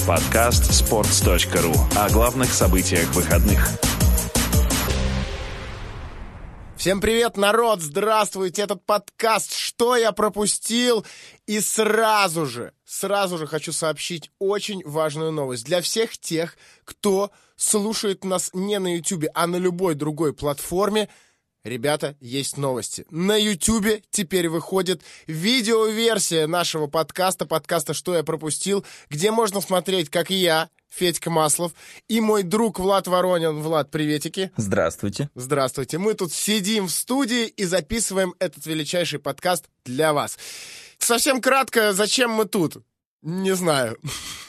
Подкаст sports.ru о главных событиях выходных. Всем привет, народ! Здравствуйте! Этот подкаст «Что я пропустил?» И сразу же хочу сообщить очень важную новость для всех тех, кто слушает нас не на Ютубе, а на любой другой платформе. Ребята, есть новости. На Ютубе теперь выходит видеоверсия нашего подкаста «Что я пропустил?», где можно смотреть, как я, Федька Маслов, и мой друг Влад Воронин. Влад, приветики. Здравствуйте. Здравствуйте. Мы тут сидим в студии и записываем этот величайший подкаст для вас. Совсем кратко, зачем мы тут? Не знаю.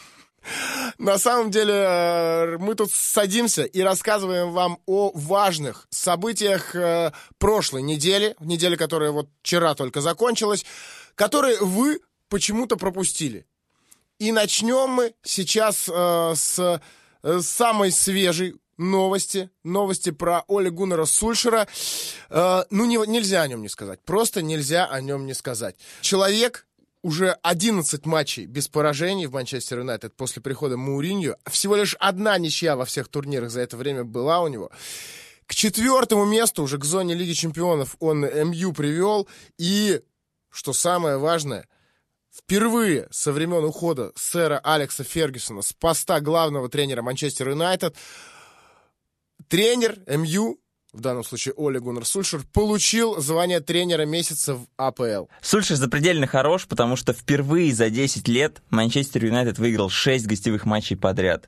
На самом деле мы тут садимся и рассказываем вам о важных событиях прошлой недели, которая вот вчера только закончилась, которые вы почему-то пропустили. И начнем мы сейчас с самой свежей новости про Оле Гуннара Сульшера. Нельзя о нем не сказать, просто нельзя о нем не сказать. Человек... Уже 11 матчей без поражений в Манчестер Юнайтед после прихода Мауриньо. Всего лишь одна ничья во всех турнирах за это время была у него. К 4-му месту, уже к зоне Лиги Чемпионов, он МЮ привел. И, что самое важное, впервые со времен ухода сэра Алекса Фергюсона с поста главного тренера Манчестер Юнайтед тренер МЮ, в данном случае Оле Гуннар Сульшер, получил звание тренера месяца в АПЛ. Сульшер запредельно хорош, потому что впервые за 10 лет Манчестер Юнайтед выиграл 6 гостевых матчей подряд.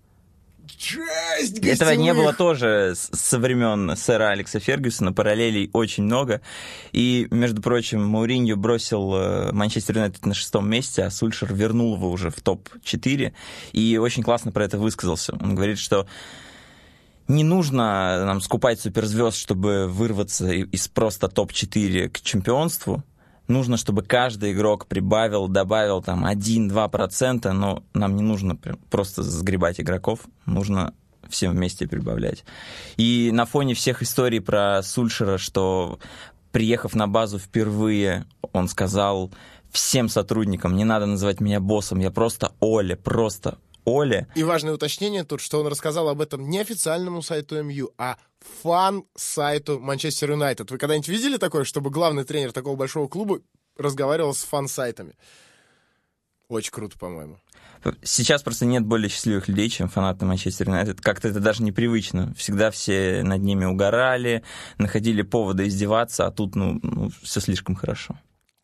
6 гостевых! Этого не было тоже со времен сэра Алекса Фергюсона, параллелей очень много. И, между прочим, Мауриньо бросил Манчестер Юнайтед на 6-м месте, а Сульшер вернул его уже в топ-4. И очень классно про это высказался. Он говорит, что не нужно нам скупать суперзвезд, чтобы вырваться из просто топ-4 к чемпионству. Нужно, чтобы каждый игрок добавил там 1-2%, но нам не нужно просто сгребать игроков, нужно всем вместе прибавлять. И на фоне всех историй про Сульшера, что, приехав на базу впервые, он сказал всем сотрудникам: не надо называть меня боссом, я просто Оле. И важное уточнение тут, что он рассказал об этом не официальному сайту МЮ, а фан-сайту Манчестер Юнайтед. Вы когда-нибудь видели такое, чтобы главный тренер такого большого клуба разговаривал с фан-сайтами? Очень круто, по-моему. Сейчас просто нет более счастливых людей, чем фанаты Манчестер Юнайтед. Как-то это даже непривычно. Всегда все над ними угорали, находили поводы издеваться, а тут, все слишком хорошо.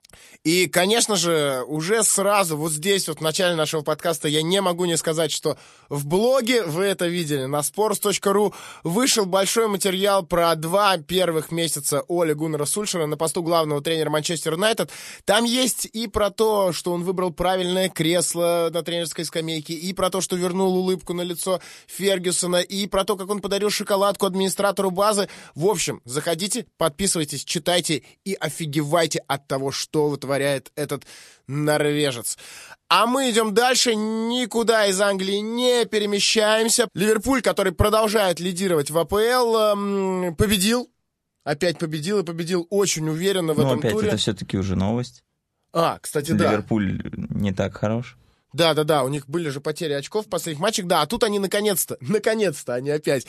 И, конечно же, уже сразу вот здесь, вот в начале нашего подкаста, я не могу не сказать, что в блоге, вы это видели, на sports.ru вышел большой материал про 2 первых месяца Оле Гуннара Сульшера на посту главного тренера Манчестер Юнайтед. Там есть и про то, что он выбрал правильное кресло на тренерской скамейке, и про то, что вернул улыбку на лицо Фергюсона, и про то, как он подарил шоколадку администратору базы. В общем, заходите, подписывайтесь, читайте и офигевайте от того, что вытворяет этот норвежец. А мы идем дальше, никуда из Англии не перемещаемся. Ливерпуль, который продолжает лидировать в АПЛ, победил. Опять победил, и победил очень уверенно в этом опять туре. Это все-таки уже новость. Кстати, да. Ливерпуль не так хорош. Да, у них были же потери очков в последних матчах, да, а тут они наконец-то они опять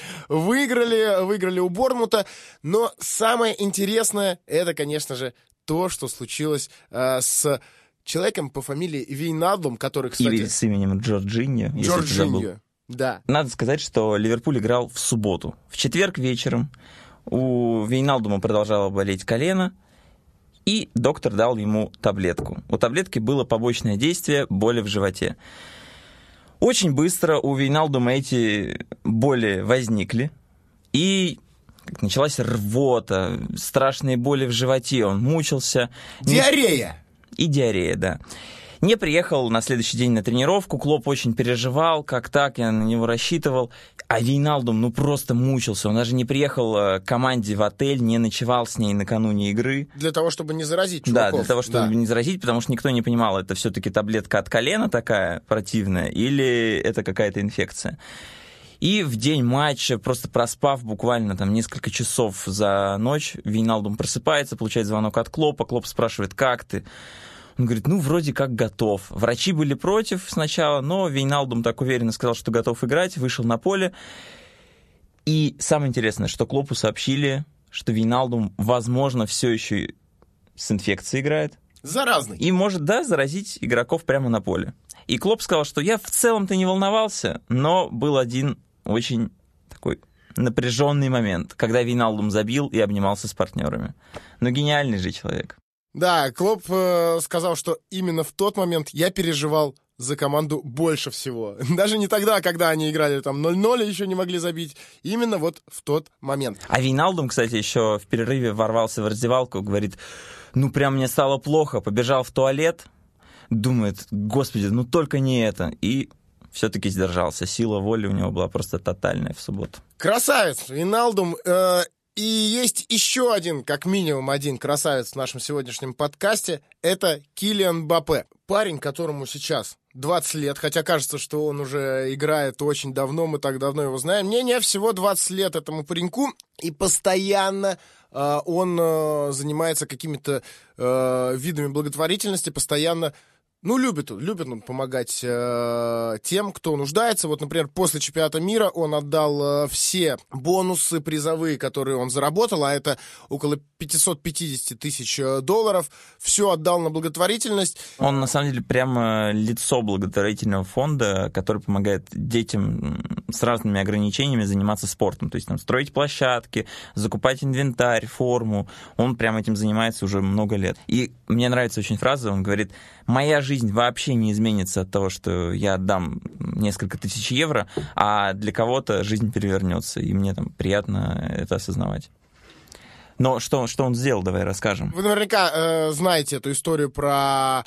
выиграли у Борнмута, но самое интересное, это, конечно же, то, что случилось с человеком по фамилии Вейналдум, который, кстати... И с именем Джорджиньо. Джорджиньо, да. Надо сказать, что Ливерпуль играл в субботу. В четверг вечером у Вейналдума продолжало болеть колено, и доктор дал ему таблетку. У таблетки было побочное действие — боли в животе. Очень быстро у Вейналдума эти боли возникли, и началась рвота, страшные боли в животе, он мучился. Диарея! И диарея, да. Не приехал на следующий день на тренировку, Клоп очень переживал, как так, я на него рассчитывал. А Вейналдум, просто мучился, он даже не приехал к команде в отель, не ночевал с ней накануне игры. Для того, чтобы не заразить чуваков. Да, для того, чтобы не заразить, потому что никто не понимал, это все-таки таблетка от колена такая противная или это какая-то инфекция. И в день матча, просто проспав буквально там несколько часов за ночь, Вейналдум просыпается, получает звонок от Клопа, Клоп спрашивает: как ты? Он говорит, ну, вроде как готов. Врачи были против сначала, но Вейналдум так уверенно сказал, что готов играть, вышел на поле. И самое интересное, что Клопу сообщили, что Вейналдум, возможно, все еще с инфекцией играет. Заразный. И может, да, заразить игроков прямо на поле. И Клоп сказал, что я в целом-то не волновался, но был один очень такой напряженный момент, когда Вейналдум забил и обнимался с партнерами. Но гениальный же человек. Да, Клоп сказал, что именно в тот момент я переживал за команду больше всего. Даже не тогда, когда они играли там 0-0 и еще не могли забить. Именно вот в тот момент. А Вейналдум, кстати, еще в перерыве ворвался в раздевалку, говорит, ну прям мне стало плохо, побежал в туалет, думает, господи, ну только не это. И все-таки сдержался. Сила воли у него была просто тотальная в субботу. Красавец, Вейналдум. И есть еще один, как минимум один красавец в нашем сегодняшнем подкасте. Это Килиан Мбаппе. Парень, которому сейчас 20 лет, хотя кажется, что он уже играет очень давно, мы так давно его знаем. Не, всего 20 лет этому пареньку, и постоянно он занимается какими-то видами благотворительности, постоянно, любит он помогать тем, кто нуждается. Вот, например, после чемпионата мира он отдал все бонусы призовые, которые он заработал, а это около 550 тысяч долларов. Все отдал на благотворительность. Он, на самом деле, прямо лицо благотворительного фонда, который помогает детям с разными ограничениями заниматься спортом. То есть там строить площадки, закупать инвентарь, форму. Он прямо этим занимается уже много лет. И мне нравится очень фраза, он говорит, моя жизнь вообще не изменится от того, что я отдам несколько тысяч евро, а для кого-то жизнь перевернется, и мне там приятно это осознавать. Но что он сделал, давай расскажем. Вы наверняка знаете эту историю про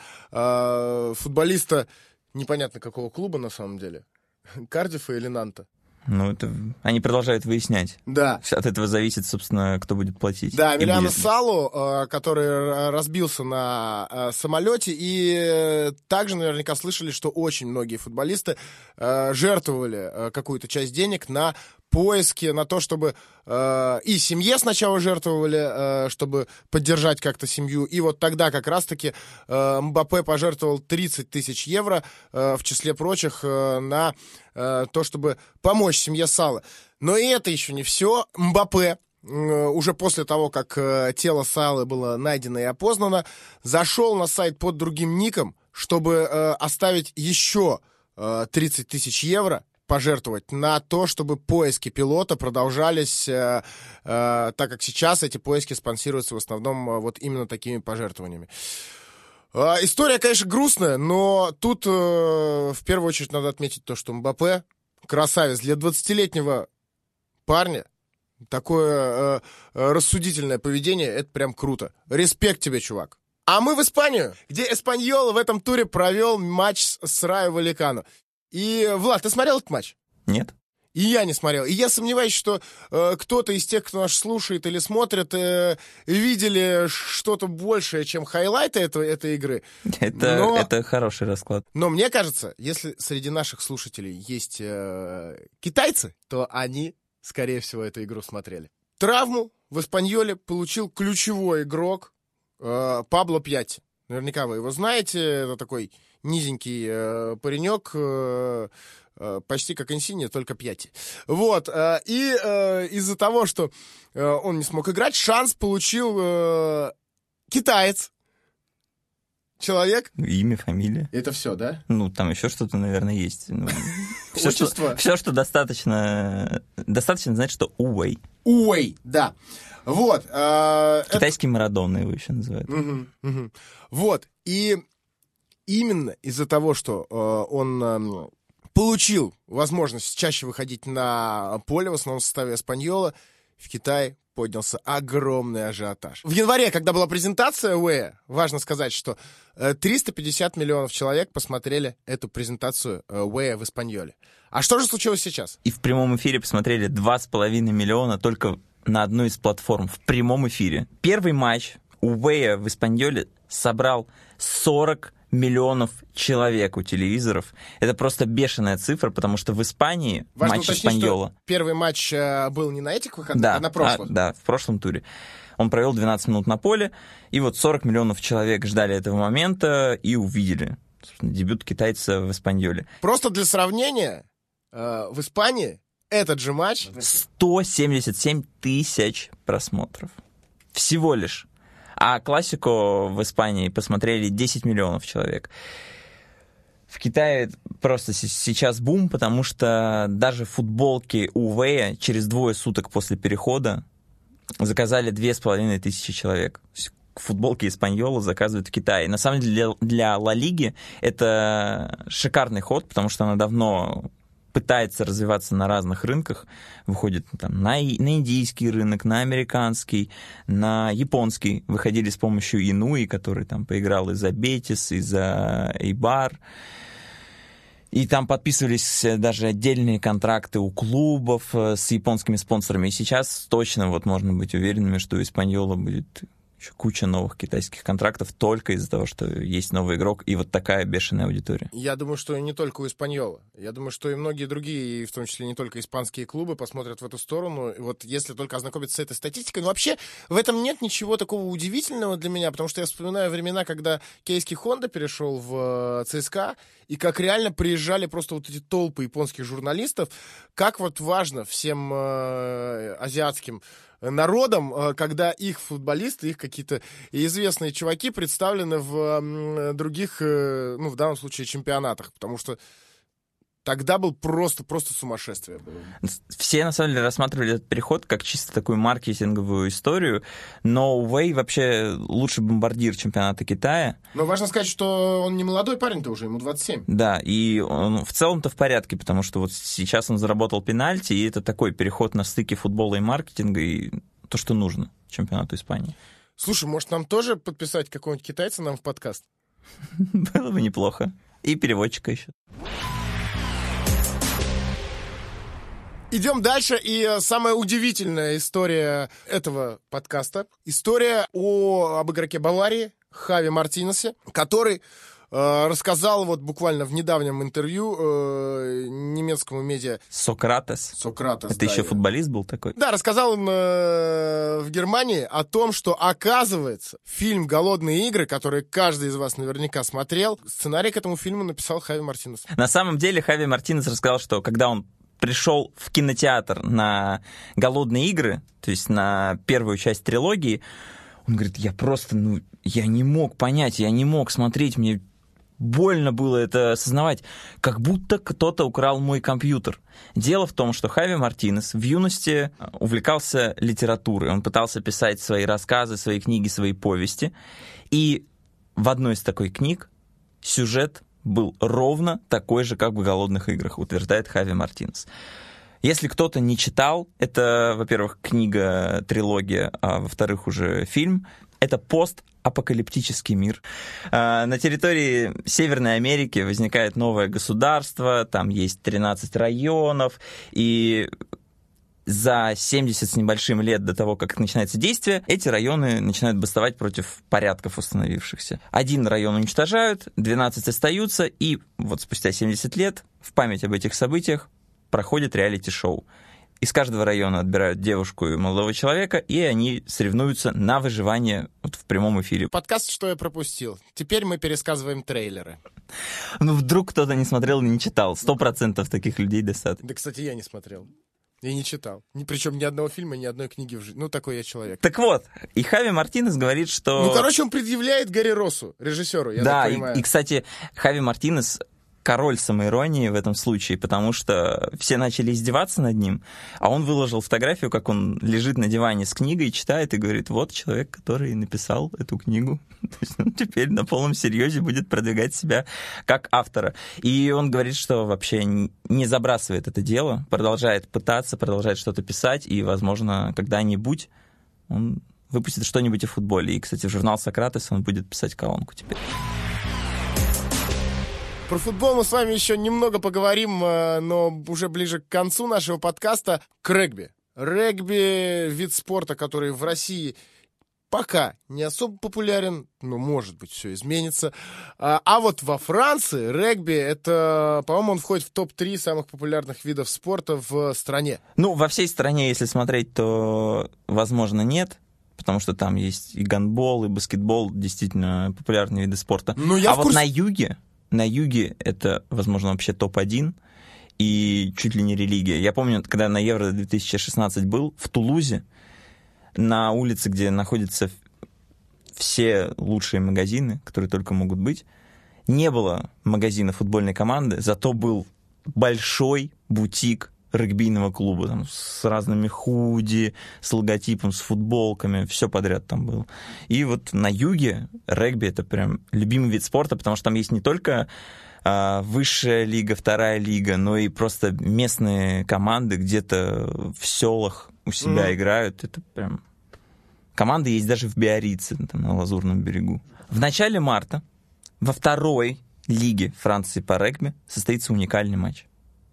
футболиста непонятно какого клуба на самом деле. Кардифа или Нанта. Ну, это они продолжают выяснять. Да. От этого зависит, собственно, кто будет платить. Да, Эмилиано Салу, который разбился на самолете, и также наверняка слышали, что очень многие футболисты жертвовали какую-то часть денег на поиски, на то, чтобы и семье сначала жертвовали, чтобы поддержать как-то семью, и вот тогда как раз-таки Мбаппе пожертвовал 30 тысяч евро, в числе прочих, на то, чтобы помочь семье Сала. Но и это еще не все. Мбаппе уже после того, как тело Салы было найдено и опознано, зашел на сайт под другим ником, чтобы оставить еще 30 тысяч евро, пожертвовать на то, чтобы поиски пилота продолжались, так как сейчас эти поиски спонсируются в основном вот именно такими пожертвованиями. История, конечно, грустная, но тут в первую очередь надо отметить то, что Мбаппе красавец. Для 20-летнего парня такое рассудительное поведение, это прям круто. Респект тебе, чувак. А мы в Испанию, где Эспаньол в этом туре провел матч с Райо Вальекано. И, Влад, ты смотрел этот матч? Нет. И я не смотрел. И я сомневаюсь, что кто-то из тех, кто нас слушает или смотрит, видели что-то большее, чем хайлайты этой игры. Это хороший расклад. Но мне кажется, если среди наших слушателей есть китайцы, то они, скорее всего, эту игру смотрели. Травму в Эспаньоле получил ключевой игрок Пабло Пьятти. Наверняка вы его знаете. Это такой низенький паренек, почти как Инсинье, только Пьятти. Вот. И из-за того, что он не смог играть, шанс получил китаец. Человек. Имя, фамилия. Это все, да? Ну, там еще что-то, наверное, есть. Отчество. Все, что достаточно знать, что Уэй. Уэй, да. Вот. Китайский Марадона его еще называют. Вот. И именно из-за того, что он получил возможность чаще выходить на поле, в основном в составе Эспаньола, в Китае поднялся огромный ажиотаж. В январе, когда была презентация Уэя, важно сказать, что 350 миллионов человек посмотрели эту презентацию Уэя в Эспаньоле. А что же случилось сейчас? И в прямом эфире посмотрели 2,5 миллиона только на одной из платформ. В прямом эфире. Первый матч Уэя в Эспаньоле собрал 40 миллионов человек у телевизоров. Это просто бешеная цифра, потому что в Испании важно матч уточнить, Эспаньола... Первый матч был не на этих выходных, да, а на прошлых. Да, в прошлом туре. Он провел 12 минут на поле, и вот 40 миллионов человек ждали этого момента и увидели дебют китайца в «Эспаньоле». Просто для сравнения, в Испании этот же матч... 177 тысяч просмотров. Всего лишь. А классику в Испании посмотрели 10 миллионов человек. В Китае просто сейчас бум, потому что даже футболки у Вэя через 2 суток после перехода заказали 2500 человек. Футболки «Эспаньола» заказывают в Китае. На самом деле для Ла Лиги это шикарный ход, потому что она давно пытается развиваться на разных рынках, выходит там, на индийский рынок, на американский, на японский. Выходили с помощью Инуи, который там поиграл и за Бетис, и за Эйбар. И там подписывались даже отдельные контракты у клубов с японскими спонсорами. И сейчас точно вот можно быть уверенными, что у «Эспаньола» будет еще куча новых китайских контрактов только из-за того, что есть новый игрок и вот такая бешеная аудитория. Я думаю, что не только у «Эспаньола». Я думаю, что и многие другие, и в том числе не только испанские клубы, посмотрят в эту сторону. И вот если только ознакомиться с этой статистикой. Но вообще в этом нет ничего такого удивительного для меня, потому что я вспоминаю времена, когда Кейски Хонда перешел в ЦСКА, и как реально приезжали просто вот эти толпы японских журналистов, как вот важно всем азиатским народам, когда их футболисты, их какие-то известные чуваки представлены в других, ну, в данном случае, чемпионатах, потому что тогда был просто сумасшествие. Все, на самом деле, рассматривали этот переход как чисто такую маркетинговую историю, но Вэй вообще лучший бомбардир чемпионата Китая. Но важно сказать, что он не молодой парень-то уже, ему 27. Да, и он в целом-то в порядке, потому что вот сейчас он заработал пенальти, и это такой переход на стыке футбола и маркетинга, и то, что нужно чемпионату Испании. Слушай, может, нам тоже подписать какого-нибудь китайца нам в подкаст? Было бы неплохо. И переводчика еще. Идем дальше, и самая удивительная история этого подкаста. История об игроке Баварии Хави Мартинесе, который рассказал вот буквально в недавнем интервью немецкому медиа... Сократес. Сократес, это да, еще футболист был такой? Да, рассказал он в Германии о том, что, оказывается, фильм «Голодные игры», который каждый из вас наверняка смотрел, сценарий к этому фильму написал Хави Мартинес. На самом деле Хави Мартинес рассказал, что когда он пришел в кинотеатр на «Голодные игры», то есть на первую часть трилогии, он говорит, я просто, я не мог понять, я не мог смотреть, мне больно было это осознавать, как будто кто-то украл мой компьютер. Дело в том, что Хави Мартинес в юности увлекался литературой, он пытался писать свои рассказы, свои книги, свои повести, и в одной из таких книг сюжет был ровно такой же, как в «Голодных играх», утверждает Хави Мартинес. Если кто-то не читал, это, во-первых, книга, трилогия, а во-вторых, уже фильм. Это постапокалиптический мир. На территории Северной Америки возникает новое государство, там есть 13 районов, и за 70 с небольшим лет до того, как начинается действие, эти районы начинают бастовать против порядков установившихся. Один район уничтожают, 12 остаются, и вот спустя 70 лет в память об этих событиях проходит реалити-шоу. Из каждого района отбирают девушку и молодого человека, и они соревнуются на выживание вот в прямом эфире. Подкаст «Что я пропустил». Теперь мы пересказываем трейлеры. Вдруг кто-то не смотрел и не читал. 100% таких людей достаточно. Да, кстати, я не смотрел. Я не читал. Причем ни одного фильма, ни одной книги в жизни. Такой я человек. Так вот, и Хави Мартинес говорит, что... он предъявляет Гарри Россу, режиссеру, я так понимаю. И, кстати, Хави Мартинес король самоиронии в этом случае, потому что все начали издеваться над ним, а он выложил фотографию, как он лежит на диване с книгой, читает и говорит, вот человек, который написал эту книгу. То есть он теперь на полном серьезе будет продвигать себя как автора. И он говорит, что вообще не забрасывает это дело, продолжает пытаться, продолжает что-то писать, и, возможно, когда-нибудь он выпустит что-нибудь о футболе. И, кстати, в журнал «Сократес» он будет писать колонку теперь. Про футбол мы с вами еще немного поговорим, но уже ближе к концу нашего подкаста к регби. Регби — вид спорта, который в России пока не особо популярен, но, может быть, все изменится. А вот во Франции регби — это, по-моему, он входит в топ-3 самых популярных видов спорта в стране. Во всей стране, если смотреть, то, возможно, нет. потому что там есть и гандбол, и баскетбол, действительно популярные виды спорта. Ну, я вот на юге это, возможно, вообще топ-1 и чуть ли не религия. Я помню, когда на Евро 2016 был, в Тулузе, на улице, где находятся все лучшие магазины, которые только могут быть, не было магазина футбольной команды, зато был большой бутик регбийного клуба, там, с разными худи, с логотипом, с футболками, все подряд там было. И вот на юге регби — это прям любимый вид спорта, потому что там есть не только высшая лига, вторая лига, но и просто местные команды где-то в селах у себя играют. Это прям... Команды есть даже в Биаррице, там, на Лазурном берегу. В начале марта во второй лиге Франции по регби состоится уникальный матч.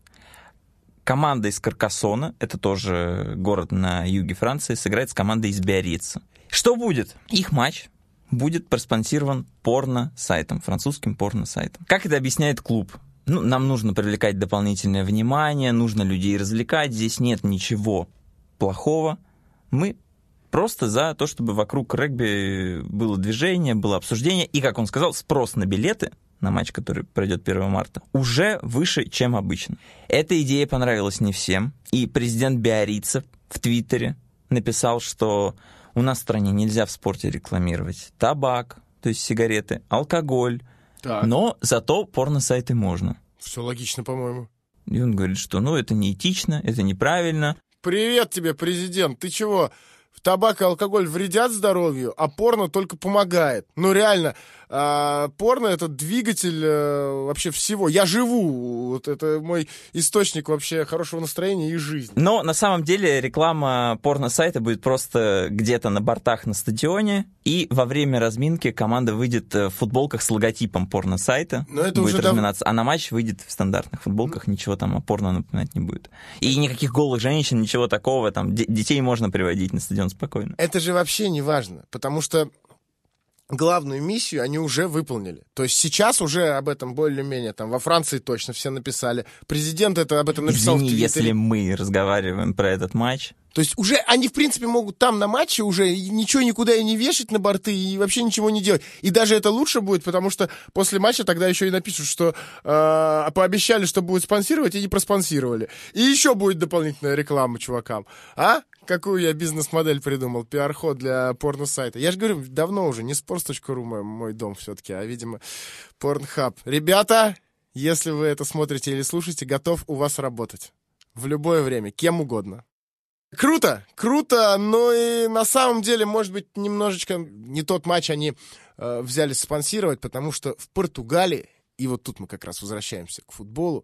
Команда из Каркассона, это тоже город на юге Франции, сыграет с командой из Биаррица. Что будет? Их матч будет проспонсирован порно-сайтом, французским порно-сайтом. Как это объясняет клуб? Нам нужно привлекать дополнительное внимание, нужно людей развлекать, здесь нет ничего плохого. Мы просто за то, чтобы вокруг регби было движение, было обсуждение, и, как он сказал, спрос на билеты на матч, который пройдет 1 марта, уже выше, чем обычно. Эта идея понравилась не всем, и президент Биаррица в Твиттере написал, что у нас в стране нельзя в спорте рекламировать табак, то есть сигареты, алкоголь, но зато порно-сайты можно. Все логично, по-моему. И он говорит, что это неэтично, это неправильно. Привет тебе, президент, ты чего? Табак и алкоголь вредят здоровью, а порно только помогает. Реально, порно — это двигатель вообще всего. Я живу, вот это мой источник вообще хорошего настроения и жизни. Но на самом деле реклама порно-сайта будет просто где-то на бортах на стадионе, и во время разминки команда выйдет в футболках с логотипом порно-сайта, будет разминаться, а на матч выйдет в стандартных футболках, ничего там о порно напоминать не будет. И никаких голых женщин, ничего такого, там детей можно приводить на стадион спокойно. Это же вообще не важно, потому что главную миссию они уже выполнили. То есть сейчас уже об этом более-менее, там, во Франции точно все написали. Президент об этом написал в Твиттере. Если мы разговариваем про этот матч. То есть уже они, в принципе, могут там на матче уже ничего никуда и не вешать на борты, и вообще ничего не делать. И даже это лучше будет, потому что после матча тогда еще и напишут, что пообещали, что будут спонсировать, и не проспонсировали. И еще будет дополнительная реклама чувакам. Какую я бизнес-модель придумал, пиар-ход для порно-сайта. Я же говорю, давно уже, не sports.ru мой дом все-таки, а, видимо, Pornhub. Ребята, если вы это смотрите или слушаете, готов у вас работать. В любое время, кем угодно. Круто, но и на самом деле, может быть, немножечко не тот матч они взялись спонсировать, потому что в Португалии, и вот тут мы как раз возвращаемся к футболу,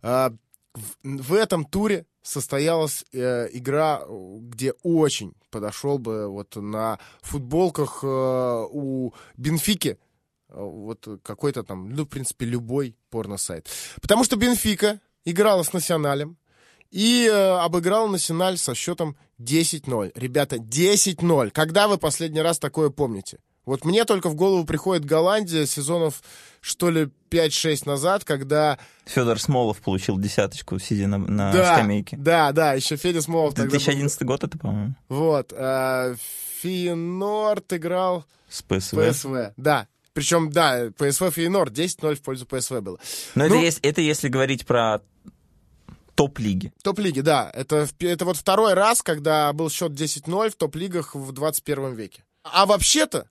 в этом туре состоялась игра, где очень подошел бы вот на футболках у Бенфики вот какой-то там, в принципе, любой порно-сайт. Потому что Бенфика играла с Националем и обыграла Националь со счетом 10-0. Ребята, 10-0. Когда вы последний раз такое помните? Вот мне только в голову приходит Голландия сезонов, что ли, 5-6 назад, когда... Федор Смолов получил 10, сидя на скамейке. Да, еще Федя Смолов. 2011 год это, по-моему. Вот. Фейнорд играл... С ПСВ. Да. Причем, да, ПСВ Фейнорд 10-0 в пользу ПСВ было. Но это если говорить про топ-лиги. Топ-лиги, да. Это вот второй раз, когда был счет 10-0 в топ-лигах в 21 веке. А вообще-то,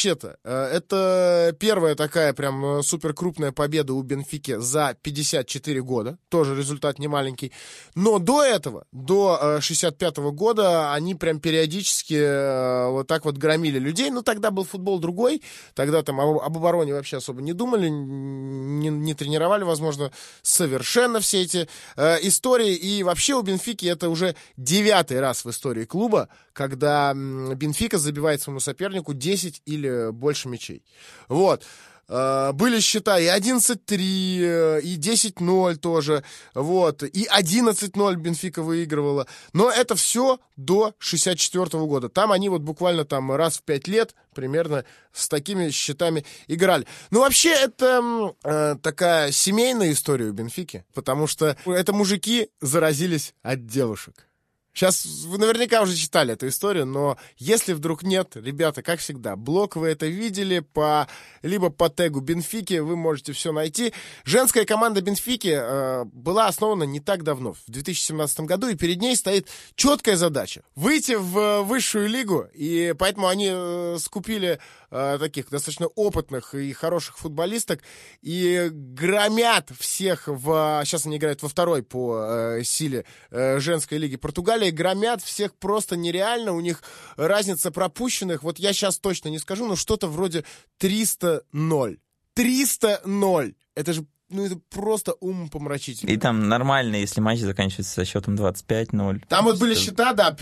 это первая такая прям суперкрупная победа у Бенфики за 54 года. Тоже результат немаленький. Но до этого, до 65-го года, они прям периодически вот так вот громили людей. Тогда был футбол другой. Тогда там об обороне вообще особо не думали, не тренировали, возможно, совершенно все эти истории. И вообще у Бенфики это уже 9-й раз в истории клуба, когда Бенфика забивает своему сопернику 10 или больше мячей. Вот. Были счета и 11-3, и 10-0 тоже, вот, и 11-0 Бенфика выигрывала. Но это все до 64-го года. Там они вот буквально там раз в 5 лет примерно с такими счетами играли. Вообще, это такая семейная история у Бенфики, потому что это мужики заразились от девушек. Сейчас вы наверняка уже читали эту историю, но если вдруг нет, ребята, как всегда, блог вы это видели, либо по тегу Бенфики вы можете все найти. Женская команда Бенфики была основана не так давно, в 2017 году, и перед ней стоит четкая задача — выйти в высшую лигу, и поэтому они скупили таких достаточно опытных и хороших футболисток и громят всех сейчас они играют во второй по силе женской лиги Португалии, громят всех просто нереально, у них разница пропущенных, вот я сейчас точно не скажу, но что-то вроде 300-0. 300-0! Это же это просто умопомрачительно. И там нормально, если матч заканчивается со счетом 25-0. Там вот были счета, да,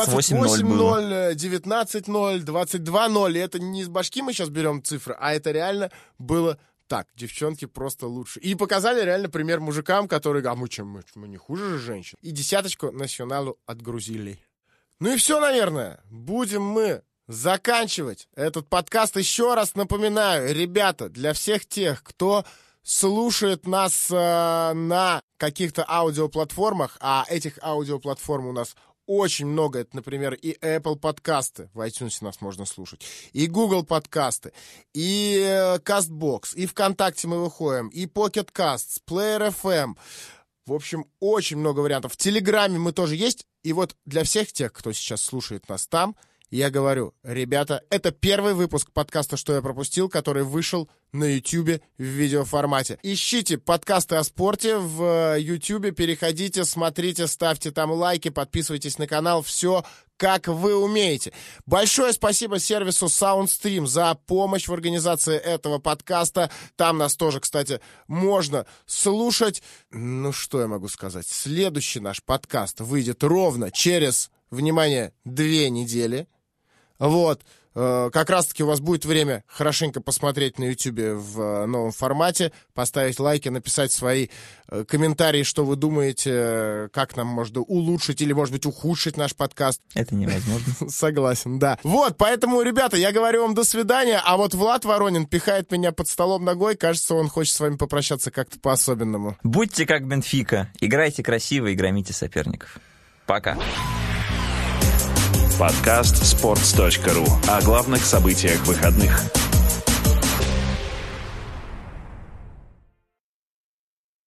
28-0, 19-0, 22-0. И это не из башки мы сейчас берем цифры, а это реально было так. Девчонки просто лучше. И показали реально пример мужикам, которые говорят, мы не хуже же женщин. И 10 националу отгрузили. Ну и все, наверное. Будем мы заканчивать этот подкаст. Еще раз напоминаю, ребята, для всех тех, кто слушает нас на каких-то аудиоплатформах, а этих аудиоплатформ у нас очень много. Это, например, и Apple подкасты, в iTunes нас можно слушать, и Google подкасты, и CastBox, и ВКонтакте мы выходим, и Pocket Casts, Player FM. В общем, очень много вариантов. В Телеграме мы тоже есть. И вот для всех тех, кто сейчас слушает нас там, я говорю, ребята, это первый выпуск подкаста «Что я пропустил», который вышел на YouTube в видеоформате. Ищите подкасты о спорте в YouTube, переходите, смотрите, ставьте там лайки, подписывайтесь на канал, все как вы умеете. Большое спасибо сервису SoundStream за помощь в организации этого подкаста. Там нас тоже, кстати, можно слушать. Ну, что я могу сказать? Следующий наш подкаст выйдет ровно через, внимание, 2 недели. Вот, как раз-таки у вас будет время хорошенько посмотреть на YouTube в новом формате, поставить лайки, написать свои комментарии, что вы думаете, как нам можно улучшить или, может быть, ухудшить наш подкаст. Это невозможно. Согласен, да. Вот, поэтому, ребята, я говорю вам до свидания, а вот Влад Воронин пихает меня под столом ногой, кажется, он хочет с вами попрощаться как-то по-особенному. Будьте как Бенфика, играйте красиво и громите соперников. Пока. Подкаст sports.ru о главных событиях выходных.